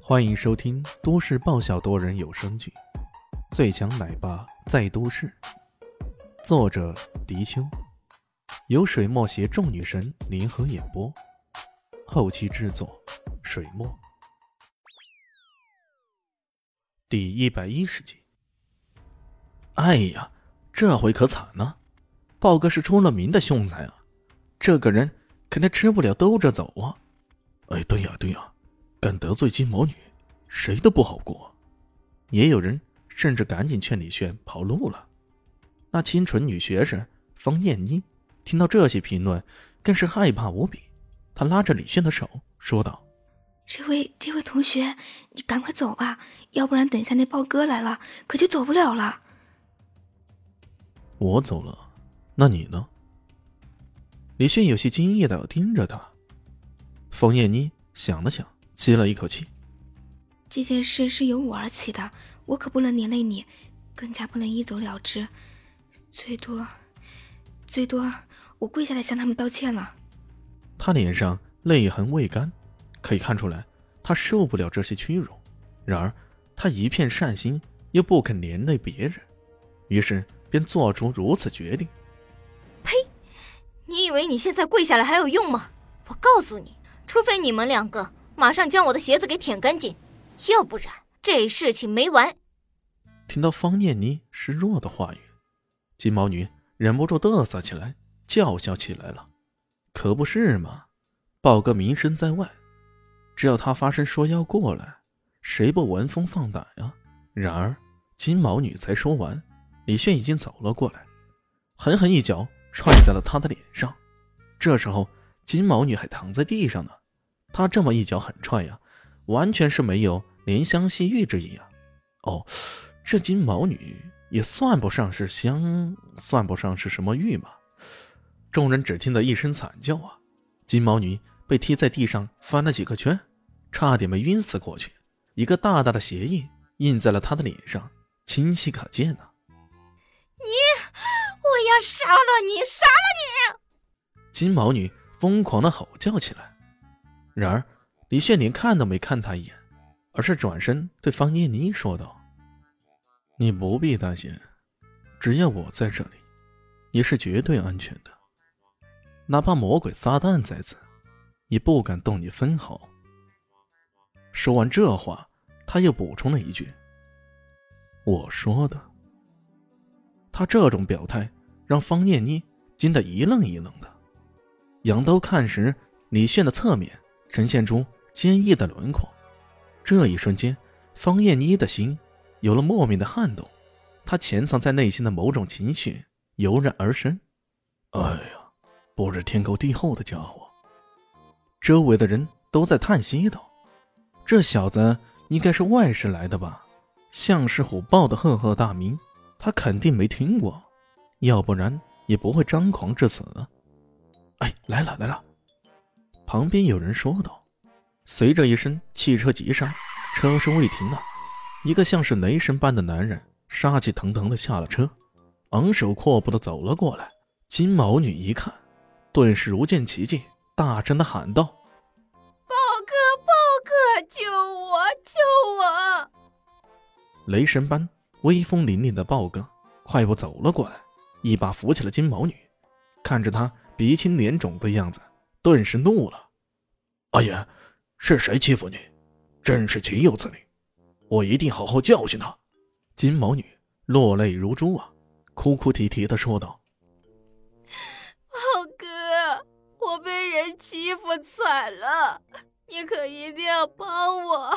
欢迎收听都市爆笑多人有声剧《最强奶爸在都市》，作者：迪秋，由水墨携众女神联合演播，后期制作：水墨。第110集。哎呀，这回可惨了，豹哥是出了名的凶残啊，这个人肯定吃不了兜着走啊。 哎，对呀，敢得罪金毛女，谁都不好过。 也有人甚至赶紧劝李炫跑路了。那清纯女学生方艳妮听到这些评论，更是害怕无比。她拉着李炫的手说道：“ 这位同学，你赶快走吧，要不然等下那豹哥来了，可就走不了了。” 我走了，那你呢？ 李炫有些惊异地盯着他。方艳妮想了想，吸了一口气。 这件事是由我而起的，我可不能连累你，更加不能一走了之。最多，我跪下来向他们道歉了。 他脸上泪痕未干，可以看出来他受不了这些屈辱。然而他一片善心，又不肯连累别人，于是便做出如此决定。 呸！你以为你现在跪下来还有用吗？我告诉你，除非你们两个马上将我的鞋子给舔干净，要不然这事情没完。 听到方念妮示弱的话语，金毛女忍不住嘚瑟起来，叫嚣起来了。可不是嘛，豹哥名声在外，只要他发声说要过来，谁不闻风丧胆啊？然而金毛女才说完，李炫已经走了过来，狠狠一脚踹在了他的脸上。这时候金毛女还躺在地上呢，他这么一脚狠踹呀，完全是没有怜香惜玉之意啊。哦，这金毛女也算不上是香，算不上是什么玉嘛。众人只听得一声惨叫啊，金毛女被踢在地上翻了几个圈，差点没晕死过去，一个大大的鞋印印在了她的脸上，清晰可见啊。 我要杀了你，杀了你！ 金毛女疯狂地吼叫起来。然而李炫连看都没看她一眼，而是转身对方艳妮说道：“ 你不必担心，只要我在这里，你是绝对安全的。 哪怕魔鬼撒旦在此，也不敢动你分毫。”说完这话，他又补充了一句：“ 我说的。” 他这种表态让方艳妮惊得一愣一愣的。仰头看时，李炫的侧面呈现出坚毅的轮廓。这一瞬间，方艳妮的心有了莫名的撼动，她潜藏在内心的某种情绪油然而生。 哎呀，不知天高地厚的家伙！ 周围的人都在叹息道：“这小子应该是外市来的吧？像是虎豹的赫赫大名，他肯定没听过，要不然也不会张狂至此啊。” 哎，来了！ 旁边有人说道。随着一声汽车急刹，车声未停了，一个像是雷神般的男人杀气腾腾的下了车，昂首阔步的走了过来。金毛女一看，顿时如见奇迹，大声的喊道：“ 豹哥，救我！” 雷神般威风凛凛的豹哥快步走了过来，一把扶起了金毛女，看着他鼻青脸肿的样子，顿时怒了：“ 阿爷，是谁欺负你？真是岂有此理！我一定好好教训他！” 金毛女落泪如珠啊，哭哭啼啼地说道：“ 豹哥，我被人欺负惨了，你可一定要帮我！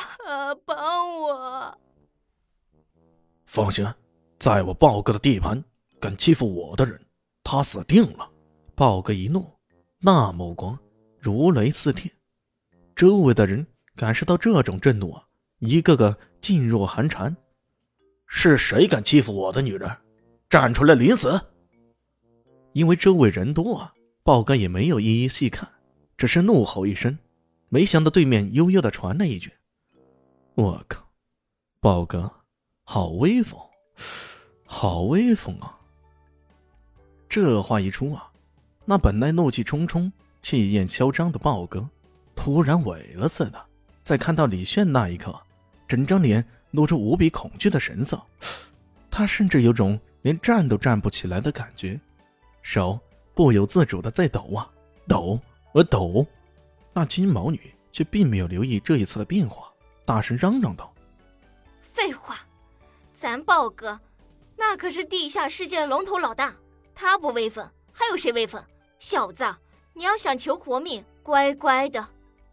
放心，在我豹哥的地盘，敢欺负我的人，他死定了！” 豹哥一怒，那目光如雷似电，周围的人感受到这种震怒啊，一个个噤若寒蝉。 是谁敢欺负我的女人？站出来领死！ 因为周围人多啊，豹哥也没有一一细看，只是怒吼一声。没想到对面悠悠地传了一句：“ 我靠， 豹哥好威风，好威风啊！”这话一出啊，那本来怒气冲冲、气焰嚣张的豹哥突然萎了似的， 在看到李炫那一刻，整张脸露出无比恐惧的神色，他甚至有种连站都站不起来的感觉，手不由自主的在抖啊抖抖。那金毛女却并没有留意这一次的变化，大声嚷嚷道： 废话，咱豹哥那可是地下世界的龙头老大，他不威风还有谁威风？小子，你要想求活命，乖乖的。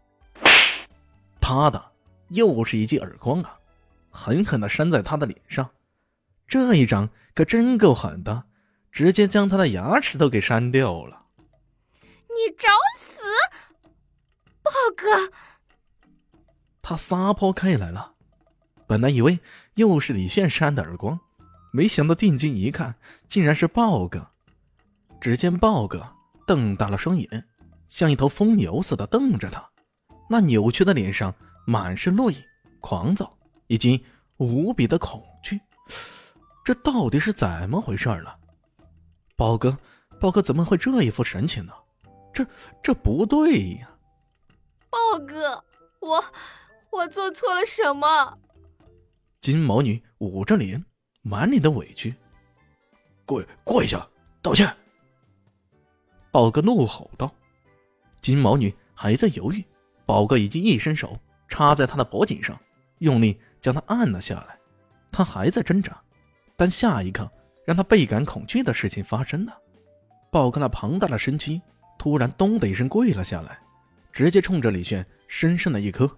啪的，又是一记耳光啊，狠狠地扇在他的脸上。这一掌可真够狠的，直接将他的牙齿都给扇掉了。 你找死，豹哥！ 他撒泼开来了，本来以为又是李炫扇的耳光，没想到定睛一看，竟然是豹哥。只见豹哥瞪大了双眼，像一头疯牛似的瞪着他，那扭曲的脸上满是怒意、狂躁以及无比的恐惧。这到底是怎么回事了？豹哥怎么会这一副神情呢？这不对呀！ 豹哥，我做错了什么？ 金毛女捂着脸，满脸的委屈。 跪下，道歉！ 豹哥怒吼道。金毛女还在犹豫，豹哥已经一伸手插在她的脖颈上，用力将她按了下来。她还在挣扎，但下一刻让她倍感恐惧的事情发生了。豹哥那庞大的身躯突然咚的一声跪了下来，直接冲着李炫深深的一磕。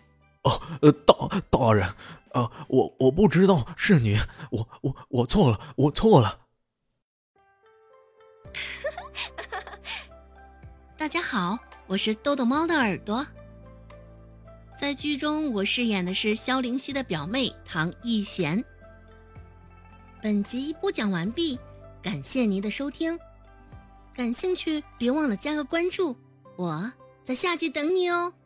大人，我不知道是你，我错了，我错了。 大家好，我是豆豆猫的耳朵。在剧中，我饰演的是萧灵溪的表妹唐艺贤。本集播讲完毕，感谢您的收听。感兴趣别忘了加个关注，我在下集等你哦。